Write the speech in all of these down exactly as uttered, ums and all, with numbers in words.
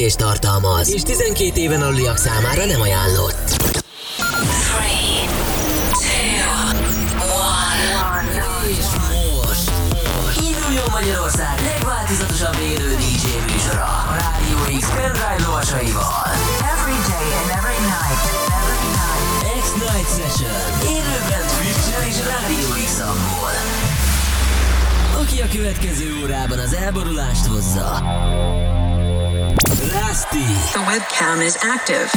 termékbeszélgetést tartalmaz, és tizenkét éven aluliak számára nem ajánlott. Three, two, one. És most induljon Magyarország legváltozatosabb élő dé dzsé műsora a Rádió X pendrive lovasaival. Every day and every night. Every night. X-Night Session. Élőben Twitch-en és Rádió X-amból. Aki a következő órában az elborulást hozza. Rusty. The webcam is active.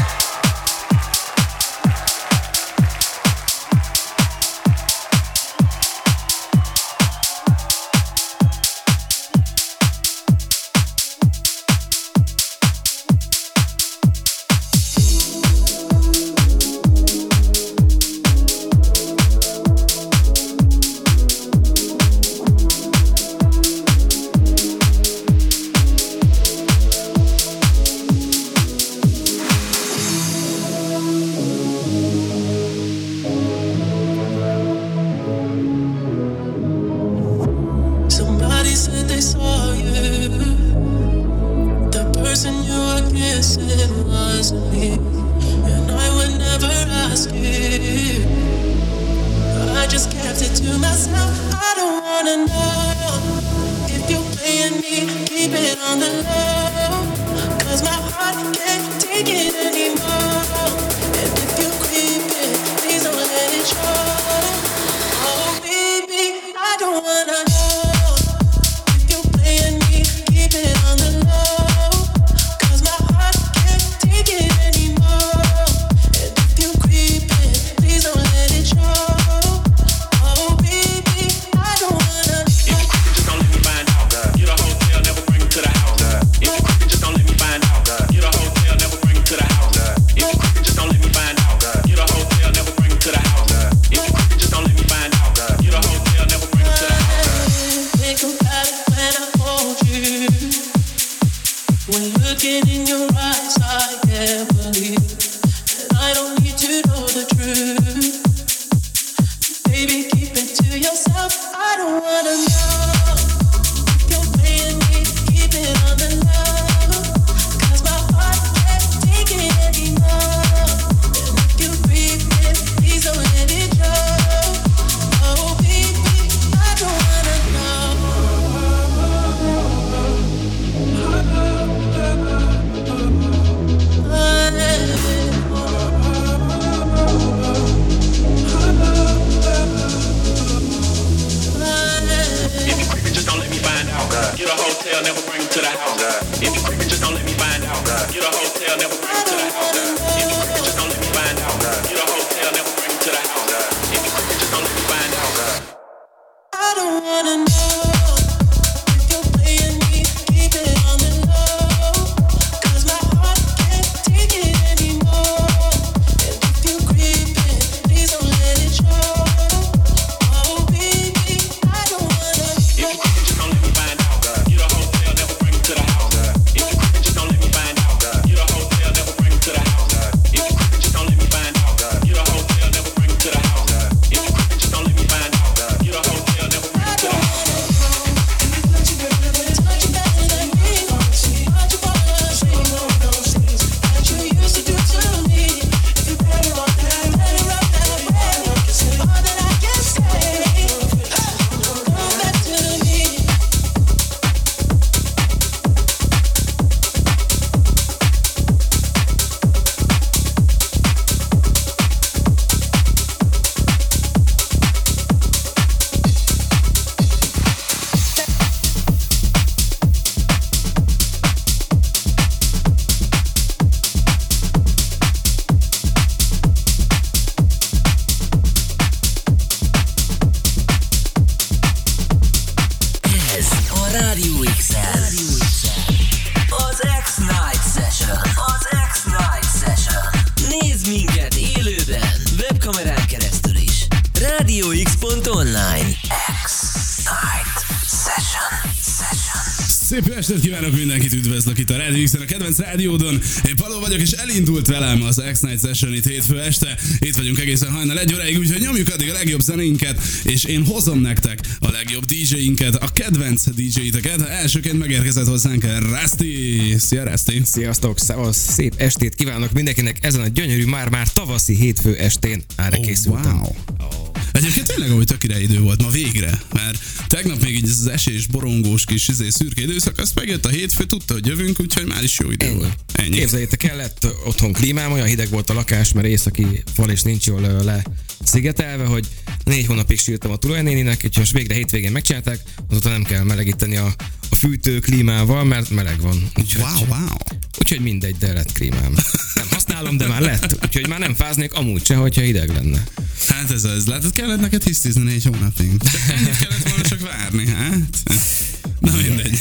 Szép jó estét kívánok, mindenkit üdvözlök itt a Radio X-en, a kedvenc rádiódon. Én Paló vagyok, és elindult velem az X-Night Session itt hétfő este. Itt vagyunk egészen hajnal egy óráig, úgyhogy nyomjuk addig a legjobb zenénket, és én hozom nektek a legjobb dé dzsé-inket, a kedvenc dé dzsé-iteket. Elsőként megérkezett hozzánk Rusty. Szia, Rusty! Sziasztok, szevasz, szép estét kívánok mindenkinek ezen a gyönyörű, már-már tavaszi hétfő estén. Erre oh, készültem. Wow. Oh. Egyébként tényleg, ahogy tök király idő volt ma végre, mert tegnap még így az esés, borongós kis izé, szürke időszak, azt megjött a hétfő, tudta, hogy jövünk, úgyhogy már is jó idő Ennyi. volt. Ennyi. Képzeljétek el, lett otthon klímám, olyan hideg volt a lakás, mert északi fal és nincs jól leszigetelve, hogy négy hónapig sírtam a tulajnéninek, úgyhogy most végre hétvégén megcsinálták, azóta nem kell melegíteni a, a fűtő klímával, mert meleg van. Úgyhogy, wow, wow. Úgyhogy mindegy, de lett klímám. Nem használom, de már lett, úgyhogy már nem fáznék amúgy se, hogyha hideg lenne. Hát ez az, látod, kellett neked hisztizni négy hónapig. Ennyit kellett volna csak várni, hát? Na mindegy.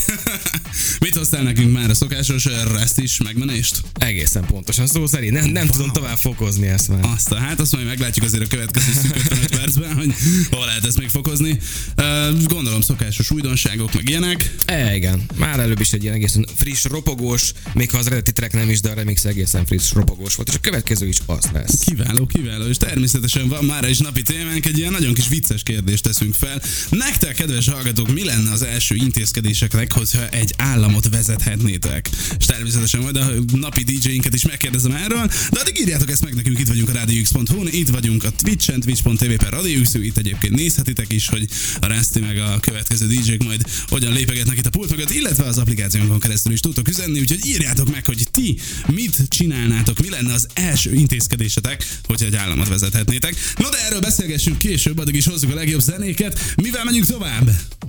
Mit hoztál nekünk már a szokásos reszt is megmenést? Egészen pontosan, szó szerint nem, nem wow. tudom tovább fokozni ezt már. Azt a, hát azt majd meglátjuk azért a következő szűk ötvenöt percben, hogy hol lehet ezt még fokozni. Uh, gondolom szokásos újdonságok, meg ilyenek. E, igen, már előbb is egy ilyen egészen friss, ropogós, még ha az eredeti track nem is, de a remix egészen friss, ropogós volt, és a következő is az lesz. Kiváló, kiváló, és természetesen van már is napi témánk, egy ilyen nagyon kis vicces kérdést teszünk fel. Nektek, kedves hallgatók, mi lenne az első intézkedéseknek, hogyha egy államot vezethetnétek? És természetesen majd a napi dé dzsé-inket is megkérdezem erről, de addig írjátok ezt meg nekünk, itt vagyunk a radio x pont hu-n, itt vagyunk a Twitch-en, twitch pont tv per Radio X, itt egyébként nézhetitek is, hogy a Rusty meg a következő dé dzsé-k majd hogyan lépegetnek itt a pult mögött, illetve az applikációnkon keresztül is tudtok üzenni, úgyhogy írjátok meg, hogy ti mit csinálnátok, mi lenne az első intézkedésetek, hogyha egy államot vezethetnétek. No, de erről beszélgessünk később, addig is hozzuk a legjobb zenéket. Mivel megyünk tovább?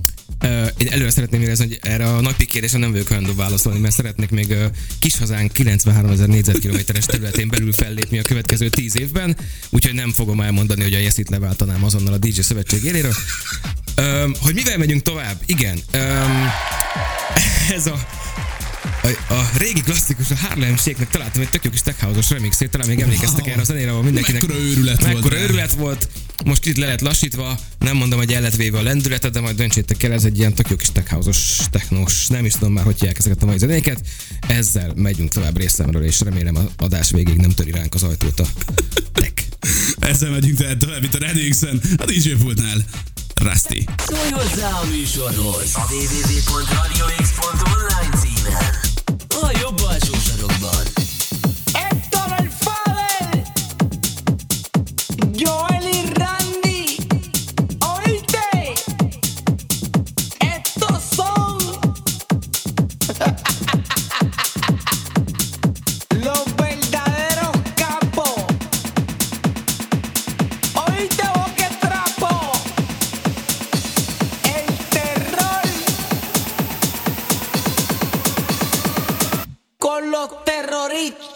Uh, én előre szeretném érezni, hogy erre a napi kérdésre nem vagyok olyan válaszolni, mert szeretnék még uh, kishazánk kilencvenháromezer négyzetkilométeres területén belül fellépni a következő tíz évben, úgyhogy nem fogom elmondani, hogy a Jeszit leváltanám azonnal a dé dzsé szövetség éléről. Um, hogy mivel megyünk tovább? Igen. Um, ez a A, a régi klasszikus, a Harlem Shake-nek találtam egy tök jó kis tech house-os remixét, talán még emlékeztek erre a zenére, ahol mindenkinek mekkora őrület mekkora volt. őrület volt. Most kicsit le lett lassítva, nem mondom, hogy el lett véve a lendületet, de majd döntsétek el, ez egy ilyen tök jó kis tech house-os, technós, nem is tudom már, hogy hívják ezeket a mai zenéket. Ezzel megyünk tovább részemről, és remélem az adás végéig nem töri ránk az ajtót a tech. Ezzel megyünk tehát tovább itt a Radio X-en, a dé dzsé pultnál. Rusty. Szólj hozzá a műsorhoz a double-u double-u double-u pont radio x pont online címen. A jobb alsó sarokban. Héctor el Father, Joel y Randy, oíste, estos son los verdaderos capos. Oíste vos que trapo, el terror con los terroristas.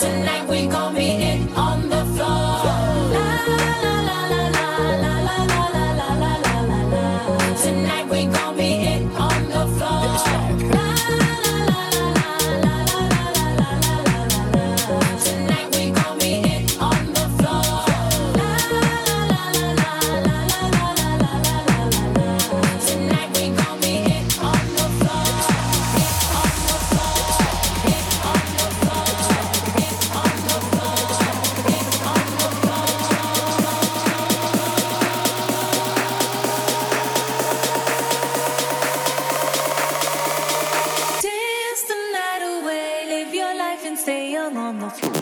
Tonight we gon' be it on the floor. La la la la la la la la la la la la la la. Tonight we gon' be it on the floor. La la la la la la la la la la la la. Tonight we gon' be it on the floor. La la la la la la la la la la la. Tonight we gon' be it on the floor. It on the floor. It on the floor. It on the floor. It on the floor. Dance the night away, live your life and stay young on the floor.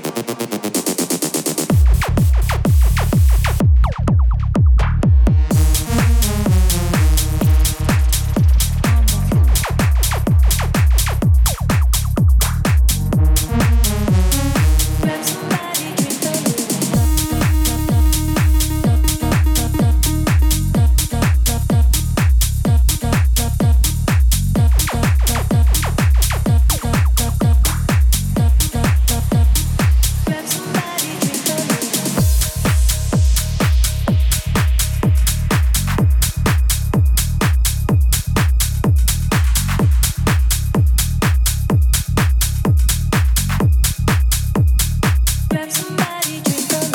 Grab somebody, drink a grab somebody, drink a grab somebody, drink a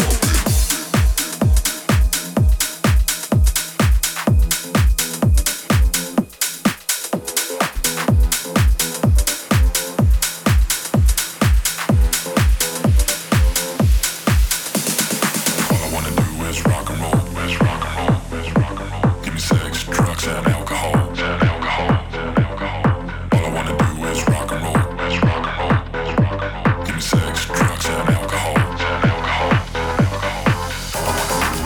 All I wanna do is rock and roll, is rock and roll, is rock and roll. Give me sex, drugs, and alcohol, and alcohol, and alcohol. All I wanna do is rock and roll, is rock and roll, is rock and roll. Give me sex, drugs, and alcohol, and alcohol, and alcohol.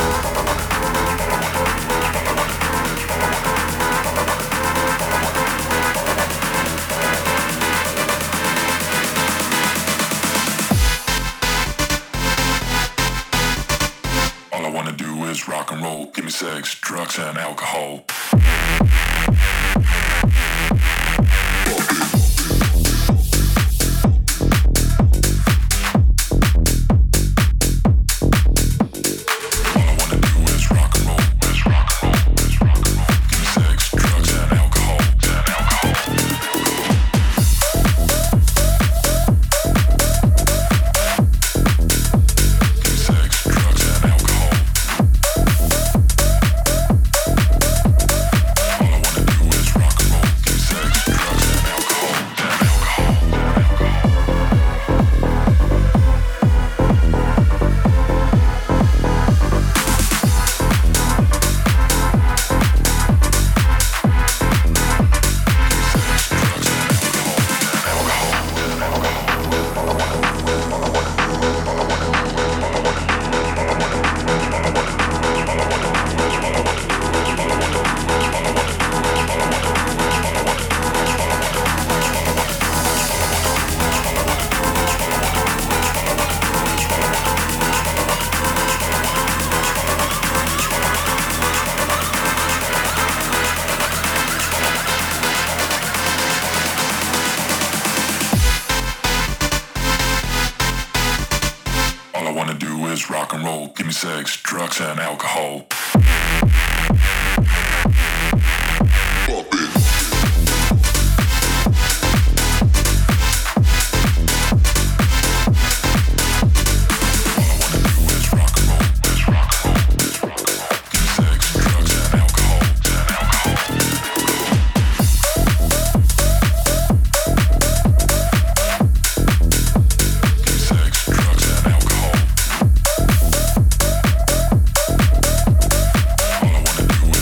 All I wanna do is rock and roll. Give me sex, drugs, and alcohol. All I wanna do is rock and roll, is rock and roll, is rock and roll. Give me sex, drugs, and alcohol, and alcohol. Give me sex, drugs, and alcohol. All I wanna do is rock and roll. Give me sex, drugs, and alcohol, and All I wanna do is rock and roll. Give me sex, drugs, and alcohol. All I wanna do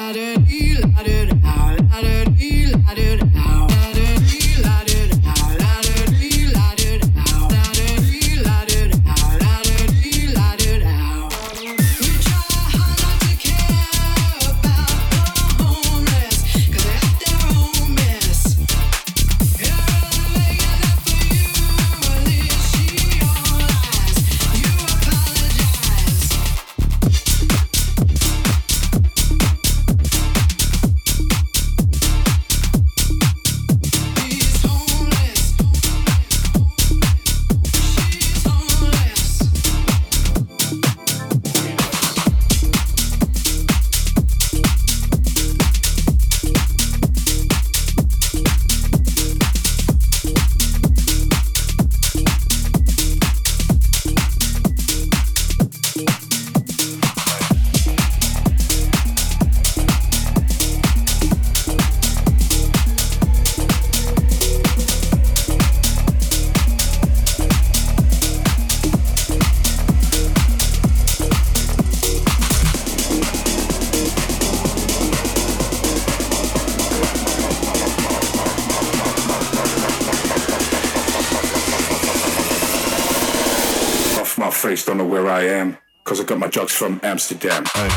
face, don't know where I am, cause I got my drugs from Amsterdam. Hey.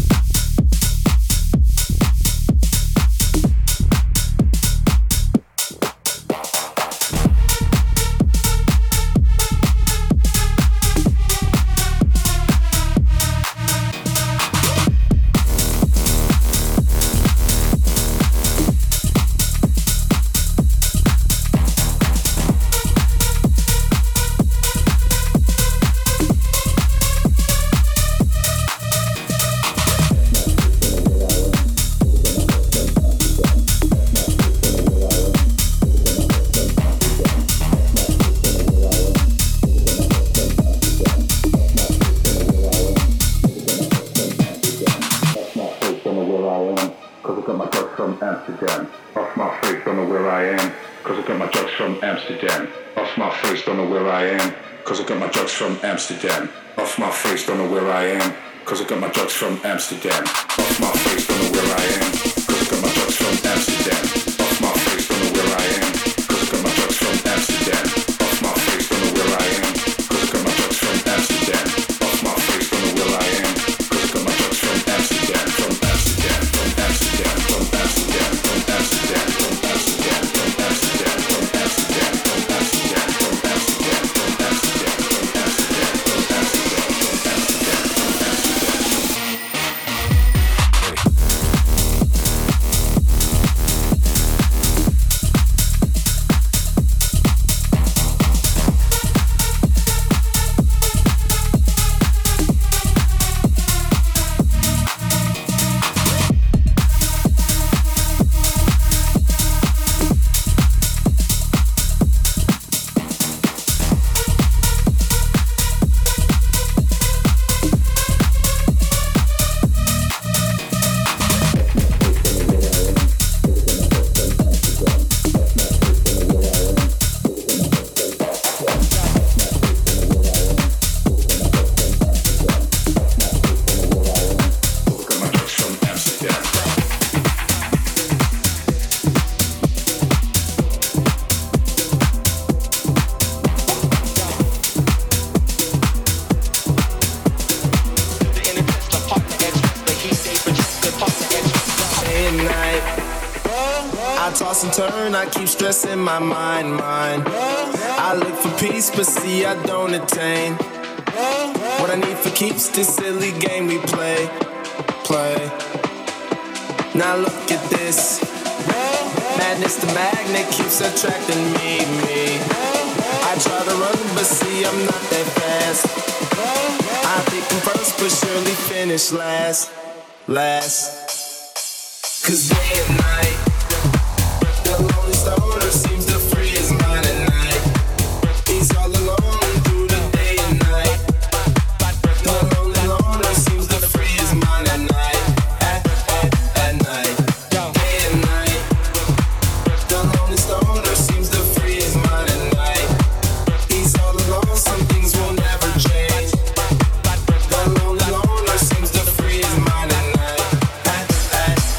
Amsterdam. Off my face, don't know where I am, cause I got my drugs from Amsterdam. Off my face, don't know where I am, cause I got my drugs from Amsterdam. Off my face, don't know where I am, cause I got my drugs from Amsterdam. Off my face, don't know where I am, cause I got my drugs from Amsterdam. Off my face, don't know where I am, cause I got my drugs from Amsterdam. From Amsterdam, from Amsterdam, from Amsterdam, from Amsterdam, from Amsterdam, from Amsterdam, from Amsterdam, from Amsterdam, from Amsterdam, from Amsterdam. I keep stressing my mind, mind. I look for peace, but see I don't attain. What I need for keeps this silly game we play, play. Now look at this. Madness, the magnet keeps attracting me, me. I try to run, but see I'm not that fast. I think I'm first, but surely finish last, last. Cause day and night, the lonely stoner seems to free his mind at night. He's all alone through the day and night. The lonely loner seems to free his mind at night. At, at, at night. Day and night. The lonely stoner seems to free his mind at night. He's all alone, some things will never change. The lonely loner seems to free his mind at night. At, at,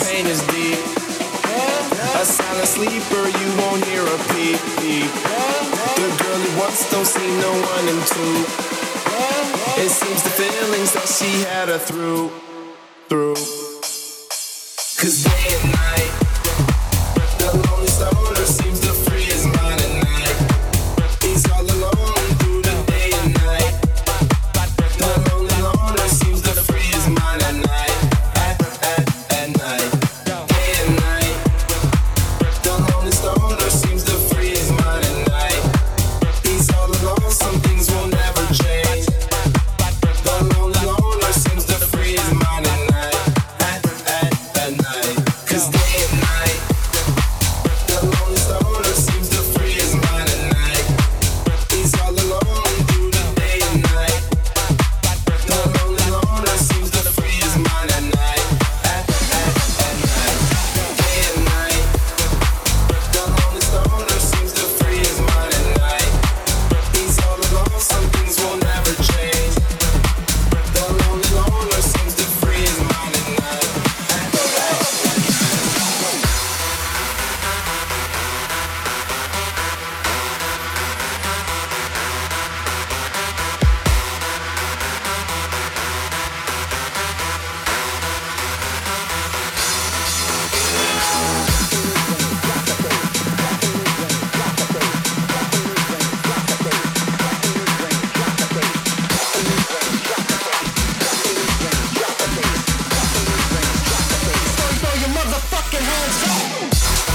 pain is deep. A silent sleeper, you won't hear a peep, peep. The girl you once don't see no one in two. It seems the feelings that she had her through, through. Cause day and night, the lonely stoner seems to free his mind at night. He's all alone through the day and night. The lonely loner seems to free his mind at night, at, at, at night. Day and night, the lonely stoner seems to free his mind at night. He's all alone, some things will never change. The lonely loner seems to free his mind at night, at, at, at night. Cause day and night, the lonely stoner seems to free his mind at night. He's all alone through the day and night. The lonely loner seems to free his mind at night, at, at, at night. Day and night, the lonely stoner seems to free his mind at night. He's all alone, some things will never change. The lonely loner seems to free his mind at night. Throw your motherfucking hands up.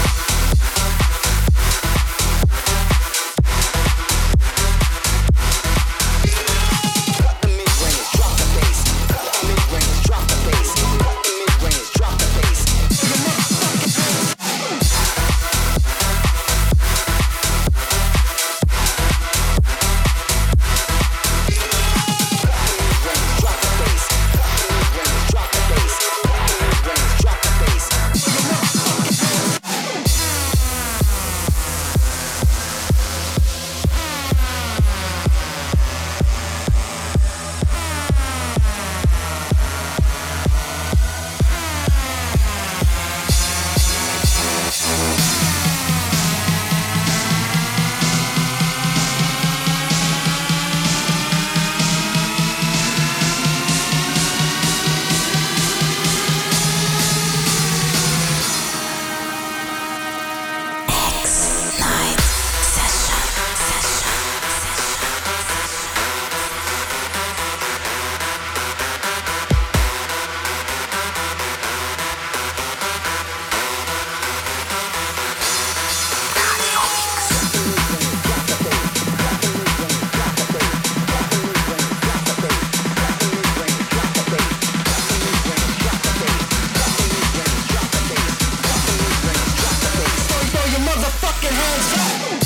Throw your motherfucking hands up.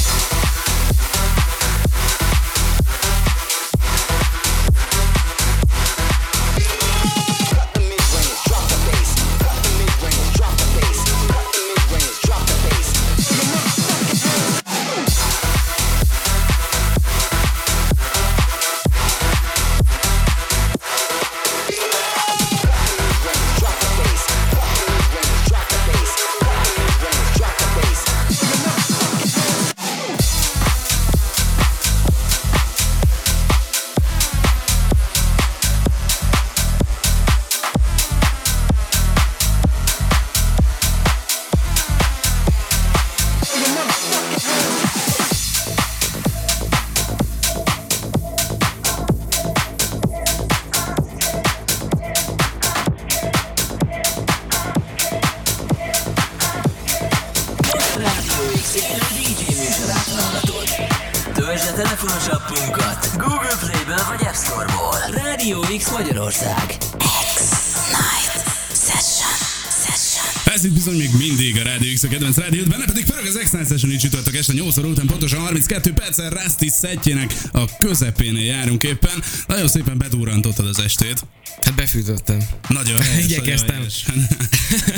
Töltsd a telefonos appunkat Google Play-ből vagy App Store-ból. Rádió X Magyarország. X-Night Session. Session. Ez itt bizony még mindig a Rádió X, a kedvenc rádiót, benne pedig pörög az X-Night Session, így csütörtök este nyolc óra után, pontosan harminckettő perccel Rusty szettjének a közepénél járunk éppen. Nagyon szépen bedurrantottad az estét. Hát befűtöttem. Nagyon helyes, Igyekeztem. nagyon helyes. Most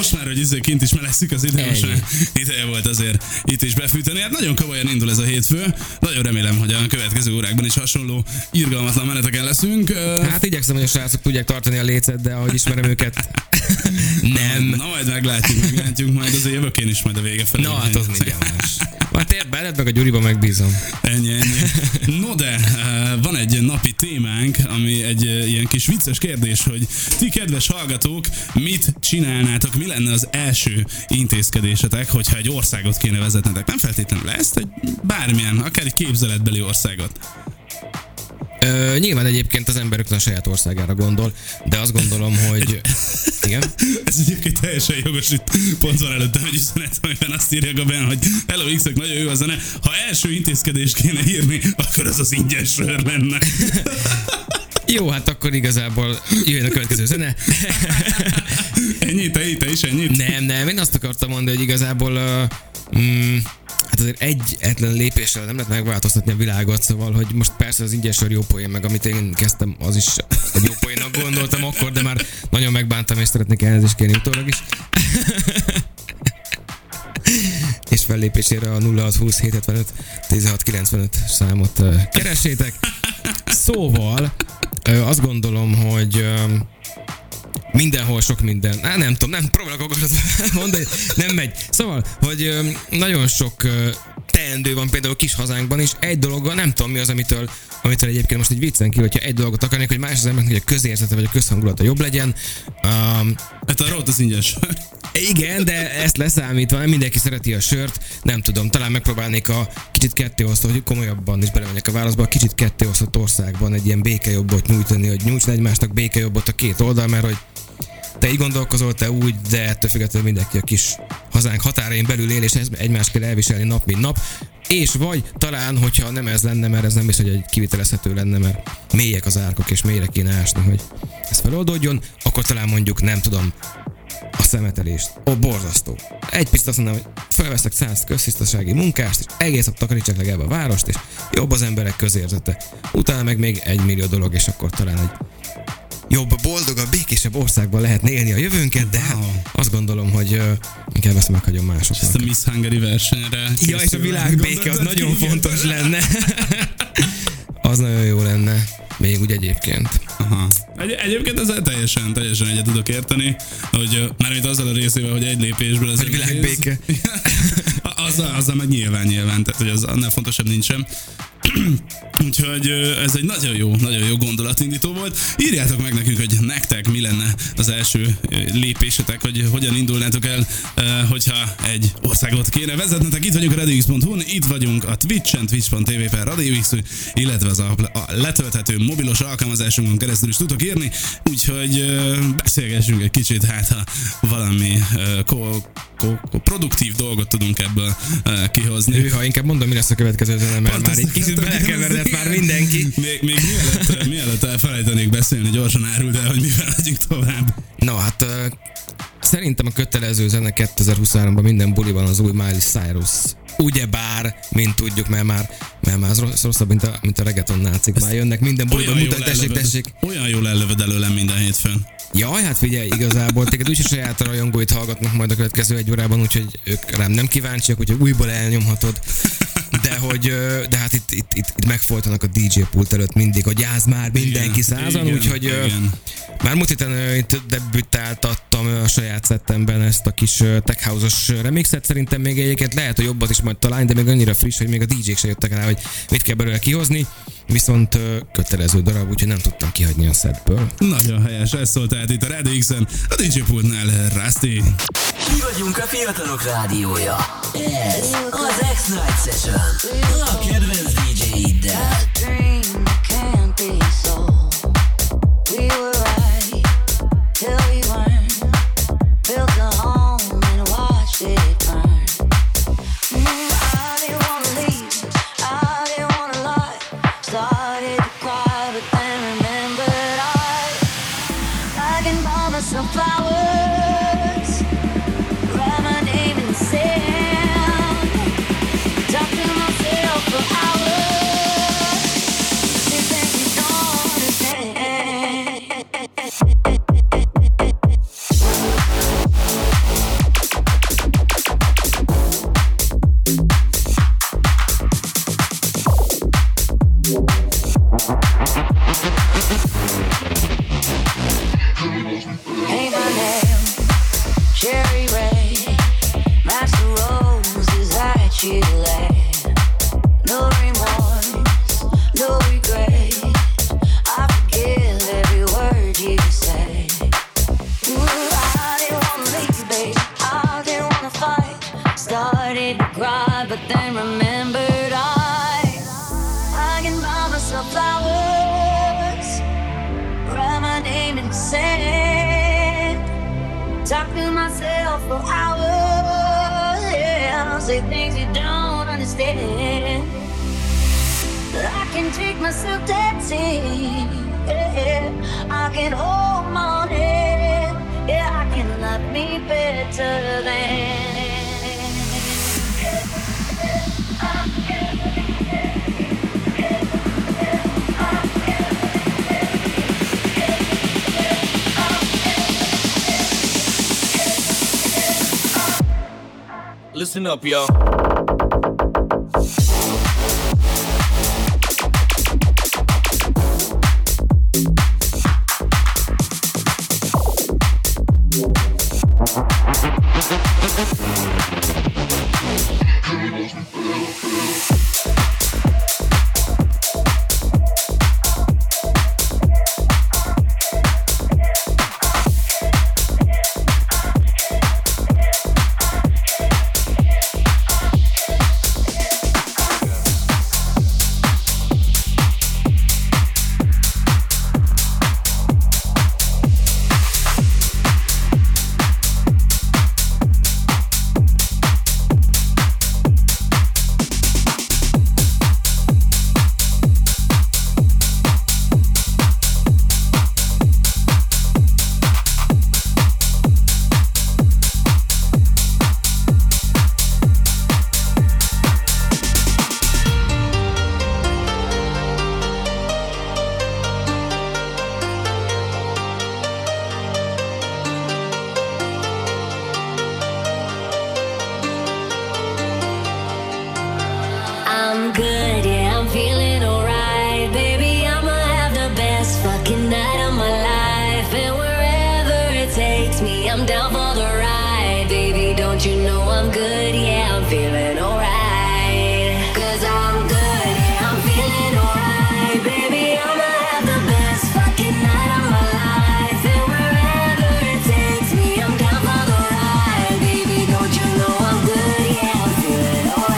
most már, hogy izé kint is melegszik az idő, most Ennyi. már ideje volt azért itt is befűteni. Hát nagyon komolyan indul ez a hétfő. Nagyon remélem, hogy a következő órákban is hasonló irgalmatlan meneteken leszünk. Ö, Hát igyekszem, hogy a srácok tudják tartani a lécet, de ahogy ismerem őket, nem. Na majd meglátjuk, meglátjuk, majd azért jövök én is majd a vége felé. Na, hát az mindjárt más. Hát én benned meg a Gyuriba megbízom. Ennyi, ennyi. No de, uh, van egy napi témánk, ami egy uh, ilyen kis vicces kérdés, hogy ti kedves hallgatók, mit csinálnátok, mi lenne az első intézkedésetek, hogyha egy országot kéne vezetnetek? Nem feltétlenül ezt, egy bármilyen, akár egy képzeletbeli országot. Ö, nyilván egyébként az ember rögtön a saját országára gondol, de azt gondolom, hogy... Igen? Ez egyébként teljesen jogos, itt pont van előttem egy üzenet, amiben azt írja Gaben, hogy hello X-ek, nagyon jó a zene, ha első intézkedést kéne írni, akkor az az ingyen sör lenne. Jó, hát akkor igazából jöjjön a következő zene. Ennyi, te, te is ennyit? Nem, nem, én azt akartam mondani, hogy igazából uh, mm, hát azért egyetlen lépéssel nem lehet megváltoztatni a világot, szóval, hogy most persze az ingyen sör jó poén, meg amit én kezdtem, az is egy jó poénnak gondoltam akkor, de már nagyon megbántam, és szeretnék elnézést kérni utólag is. És fellépésére a nulla hat húsz hét hetvenöt tizenhat kilencvenöt számot uh, keressétek. Szóval uh, azt gondolom, hogy uh, mindenhol sok minden. Á, nem tudom, nem próbálok okokat mondani, nem megy. Szóval, hogy ö, nagyon sok ö, teendő van például kis hazánkban is. Egy dologgal nem tudom mi az, amitől, amitől egyébként most egy viccen ki, hogyha egy dolgot akarnék, hogy más az embernek, hogy a közérzete vagy a közhangulata jobb legyen. Um, Hát a rót az ingyen sör. igen, de ezt leszámítva, nem mindenki szereti a sört, nem tudom, talán megpróbálnék a kicsit kettéosztott, hogy komolyabban is belemegyek a válaszba, a kicsit kettéosztott országban egy ilyen békejobbot nyújtani, hogy nyújtson egymásnak békejobbot a két oldal, mert hogy te így gondolkozol, te úgy, de ettől függetlenül mindenki a kis hazánk határain belül él, és egymást kell elviselni nap, mint nap. És vagy talán, hogyha nem ez lenne, mert ez nem is, hogy egy kivitelezhető lenne, mert mélyek az árkok, és mélyre kéne ásni, hogy ez feloldódjon, akkor talán mondjuk, nem tudom, a szemetelést. Ó, borzasztó. Egy picit azt mondom, hogy felveszek száz köztisztasági munkást, és egész nap takarítsák legalább a várost, és jobb az emberek közérzete. Utána meg még egy millió dolog, és akkor talán egy jobb, boldogabb, békésebb országban lehetne élni a jövőnket, de hát azt gondolom, hogy uh, inkább ezt meghagyom másoknak. Ezt a Miss Hungary versenyre. Ja, és a világbéke az nagyon fontos lenne. Az nagyon jó lenne. Még úgy egyébként. Aha. Egy, egyébként ezzel teljesen, teljesen egyet tudok érteni, hogy mármint azzal a részével, hogy egy lépésből ez Hogy világbéke. azzal, azzal meg nyilván, nyilván, tehát hogy az annál fontosabb nincsen. Úgyhogy ez egy nagyon jó, nagyon jó gondolatindító volt. Írjátok meg nekünk, hogy nektek mi lenne az első lépésetek, hogy hogyan indulnátok el, hogyha egy országot kéne vezetnetek. Itt vagyunk a radio x pont hu-n, itt vagyunk a Twitch-en, twitch pont tv per radiox, illetve az a, a letölthető mobilos alkalmazásunkon keresztül is tudtok írni, úgyhogy beszélgessünk egy kicsit, hát ha valami ko- ko- ko- produktív dolgot tudunk ebből kihozni. Ő, ha inkább mondom, mi lesz a következő zene, mert Pont már egy kicsit belekeveredett már mindenki. Még, még mielőtt, mielőtt elfelejtenék beszélni, gyorsan áruld el, hogy mivel megyünk tovább. No, hát uh, szerintem a kötelező zene kétezer-huszonháromban minden buliban az új Miley Cyrus. Ugyebár, mint tudjuk, mert már, mert már az rossz, rosszabb, mint a, mint a reggaeton nácik. Már jönnek minden buliban, Olyan mutat, jól tessék, ellövöd- tessék. Olyan jól ellövöd előlem minden hétfőn. Jaj, hát figyelj, igazából téged úgyis a saját rajongóit hallgatnak majd a következő egy órában, úgyhogy ők rám nem kíváncsiak, úgyhogy újból elnyomhatod. De hogy, ö, de hát itt, itt, itt, itt megfoltanak a dé dzsé pult előtt mindig, hogy jász már mindenki Igen, százan, igen, úgyhogy ö, igen. már múlt héten ö, itt debütáltattam ö, a saját szettemben ezt a kis ö, tech house-os remixet, szerintem még egyébként lehet, hogy jobbat is majd találni, de még annyira friss, hogy még a dé dzsék se jöttek rá, hogy mit kell belőle kihozni, viszont ö, kötelező darab, úgyhogy nem tudtam kihagyni a szetből. Nagyon helyes, ez szólt tehát itt a Radio X-en, a dé dzsé pultnál Rusty. Mi vagyunk a fiatalok rádiója. Ez az X-Night Session. A kedvenc dé dzséiddel. Dream can't be so. We were right till we weren't. Built a home and watched it burn. Mm, I didn't wanna leave, I didn't wanna lie. Started to cry, but then remembered I I can buy myself flowers. Write my name in the sand. Talk to myself for hours. They think you're gone. myself for hours. Yeah, say things you don't understand. I can take myself dancing. Yeah, I can hold my head. Yeah, I can love me better than. Listen up, y'all. I'm good, yeah, I'm feeling alright. Baby, I'ma have the best fucking night of my life. And wherever it takes me, I'm down for the ride. Baby, don't you know I'm good, yeah, I'm feeling alright. Cause I'm good, yeah, I'm feeling alright. Baby, I'ma have the best fucking night of my life. And wherever it takes me, I'm down for the ride. Baby, don't you know I'm good, yeah, I'm feeling alright.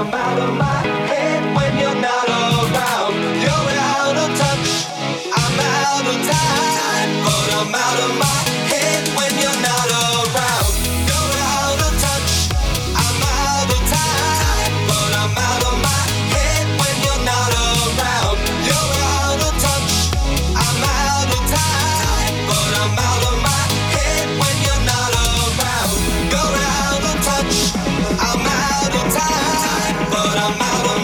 I'm out of my head when you're not around. You're out of touch, I'm out of time, but I'm out of my head when you're not around. You're out of touch, I'm out of time, but I'm out of my head when you're not around. You're out of touch, I'm out of time, but I'm out of my head when you're not around. You're out of touch, I'm out of time, but I'm out of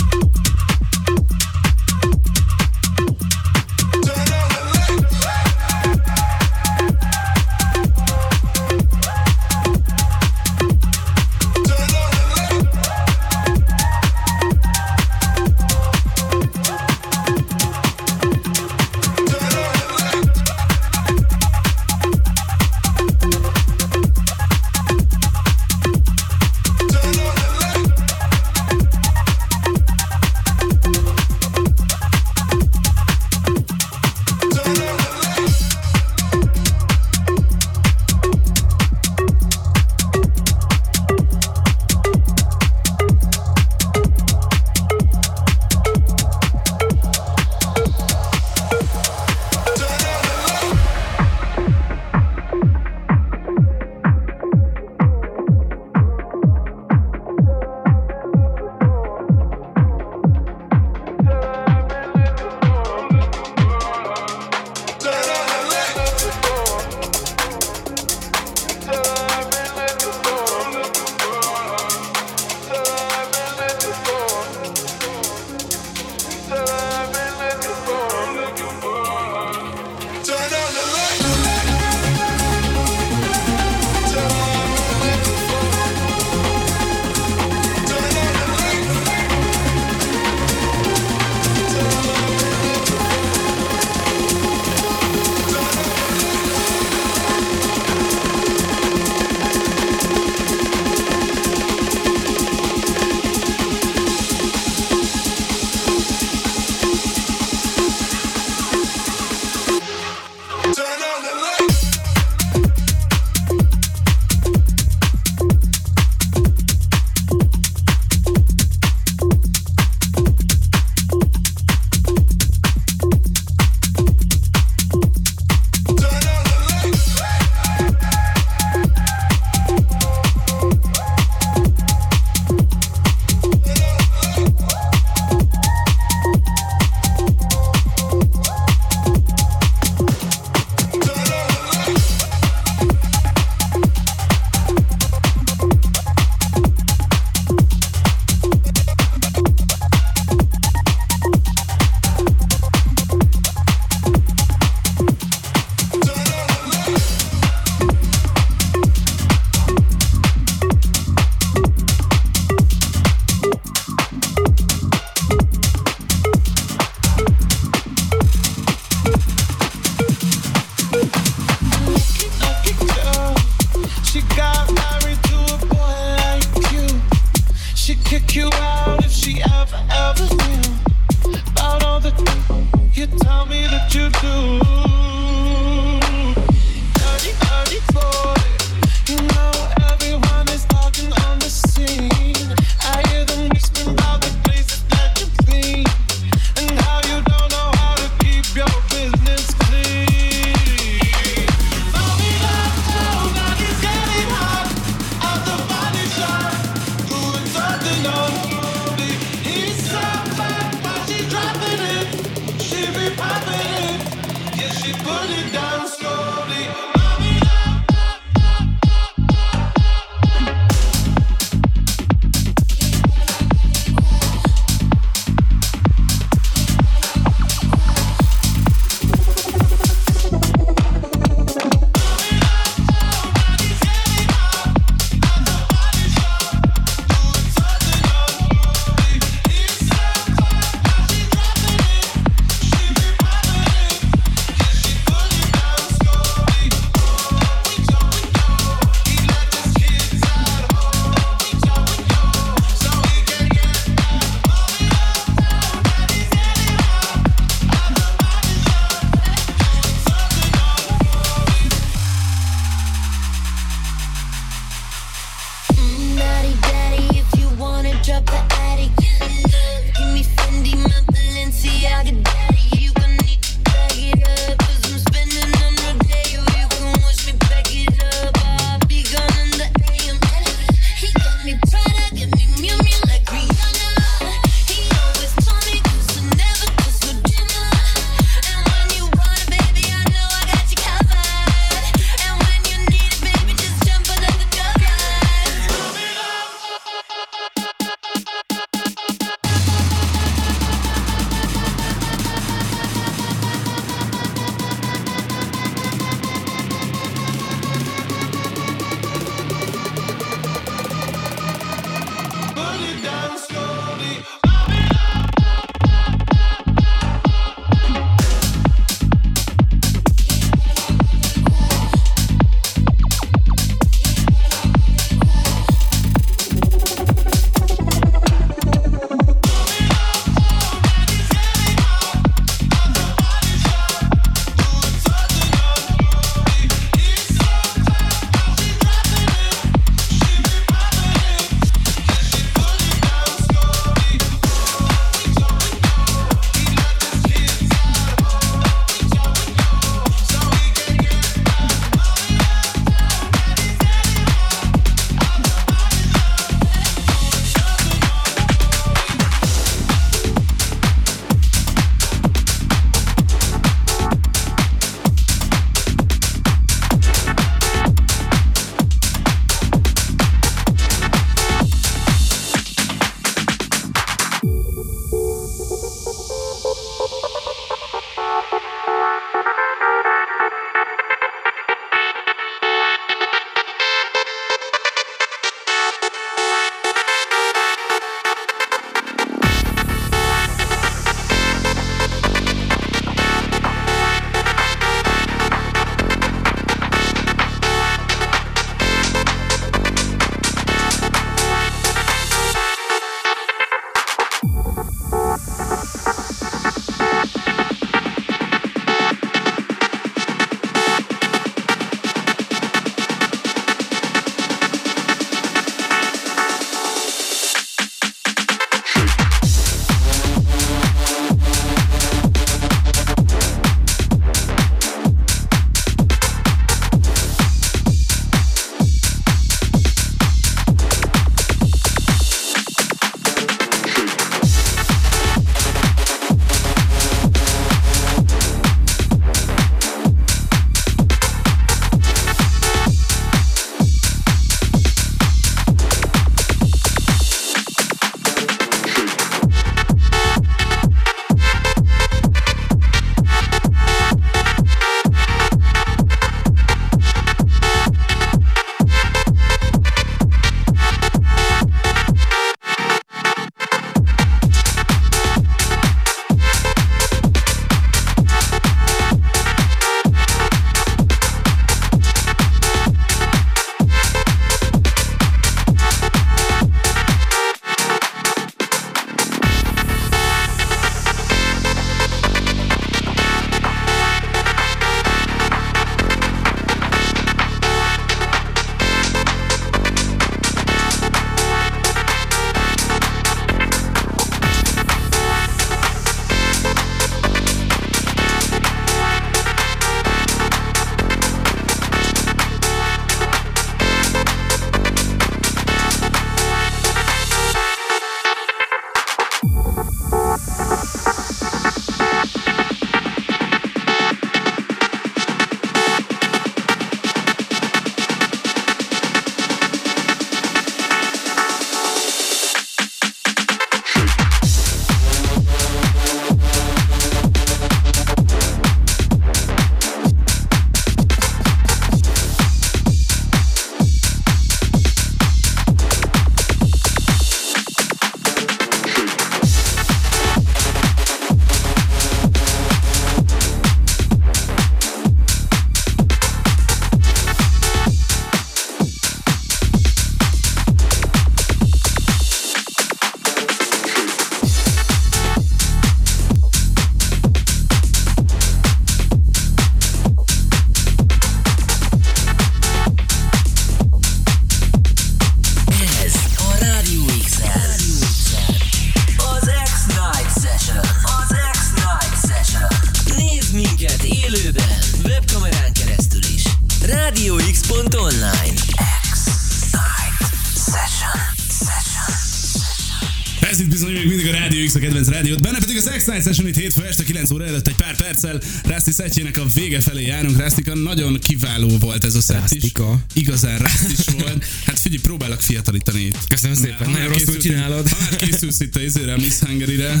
X a kedvenc rádiót, benne pedig az X-Night Session itt hétfő este kilenc óra előtt egy pár perccel. Rásty szettjének a vége felé járunk. Rástika, nagyon kiváló volt ez a szett is. Rástika. Igazán Rásty is volt. Hát figyelj, próbálok fiatalítani itt. Köszönöm szépen, Ha nagyon már rosszul készülsz- csinálod. Ha már készülsz itt a izére, a Miss Hungary-re,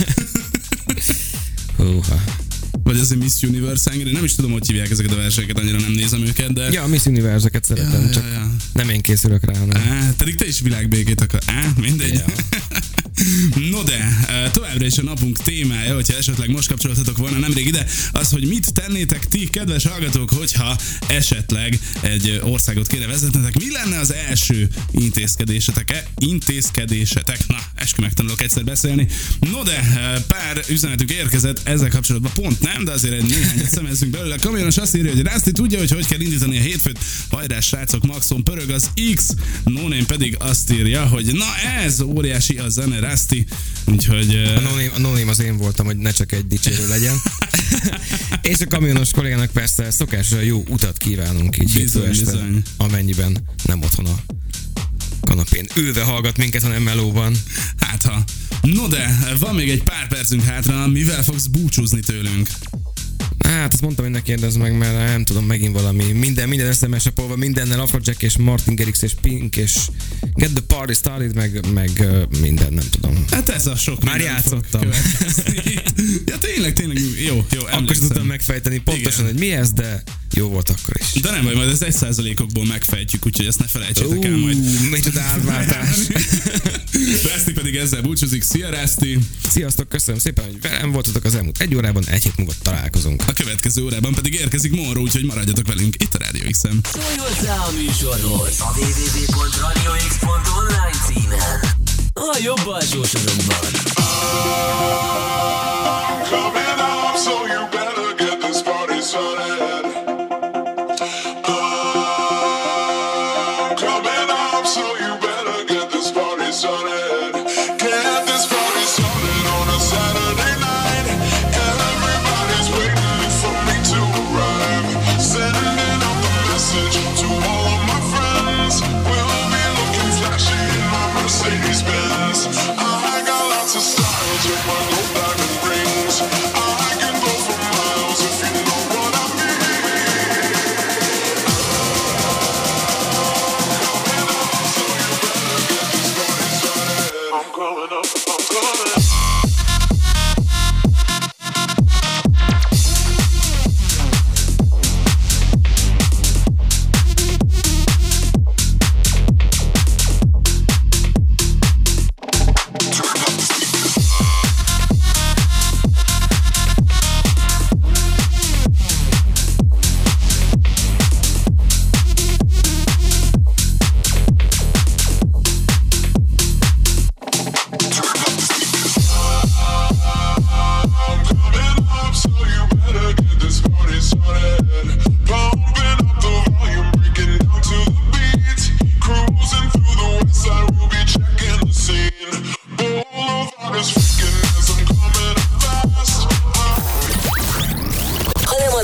Húha. vagy az a Miss Universe Hungary, nem is tudom, hogy hívják ezeket a versenyeket, annyira nem nézem őket, de... Ja, a Miss Universe-eket szeretem, Ja, csak ja, ja. nem én készülök rá, hanem... Á, pedig te is világbékét akar. Á, mindegy. Ja. No de, továbbra is a napunk témája, hogyha esetleg most kapcsoltatok volna nemrég ide, az, hogy mit tennétek ti, kedves hallgatók, hogyha esetleg egy országot kéne vezetnetek. Mi lenne az első intézkedésetek? Intézkedésetek? Na, eskü megtanulok egyszer beszélni. No de, pár üzenetünk érkezett ezzel kapcsolatban, pont nem, de azért egy néhányat szemezzünk belőle. A kamionos azt írja, hogy Rásty tudja, hogy hogy kell indítani a hétfőt. Hajrá, srácok, maxon pörög az X. No Name pedig azt írja, hogy na ez óriási a zene, Rásty. Úgyhogy... A no name, a no name az én voltam, hogy ne csak egy dicsérő legyen. És a kamionos kollégának persze szokásosan jó utat kívánunk így Bizony, hétfő este, bizony. amennyiben nem otthon a kanapén ülve hallgat minket, hanem melóban. Hát ha. No de, van még egy pár percünk hátra, mivel fogsz búcsúzni tőlünk? Hát azt mondtam, hogy ne kérdezz meg, mert nem tudom, megint valami. Minden, minden összemesapolva, mindennel Afrojack és Martin Garrix és Pink és Get the Party Started, meg, meg uh, minden, nem tudom. Hát ez a sok Már minden fog játszottam. következni. Ja tényleg, tényleg, jó, jó, Akkor sem emlékszem. tudtam megfejteni pontosan, Igen. hogy mi ez, de jó volt akkor is. De nem baj, majd az egy százalékokból megfejtjük, úgyhogy ezt ne felejtsétek el majd. Ú, micsoda átváltás. Rásty pedig ezzel búcsúzik. Szia, Rásty! Sziasztok, köszönöm szépen, hogy velem voltatok az elmúlt egy órában, egy hét múlva találkozunk. A következő órában pedig érkezik Monroe, úgyhogy maradjatok velünk itt a Rádió X-en. Szólj hozzá a műsorhoz a double-u double-u double-u pont radio x pont online címen. A jobb alsó sorokban.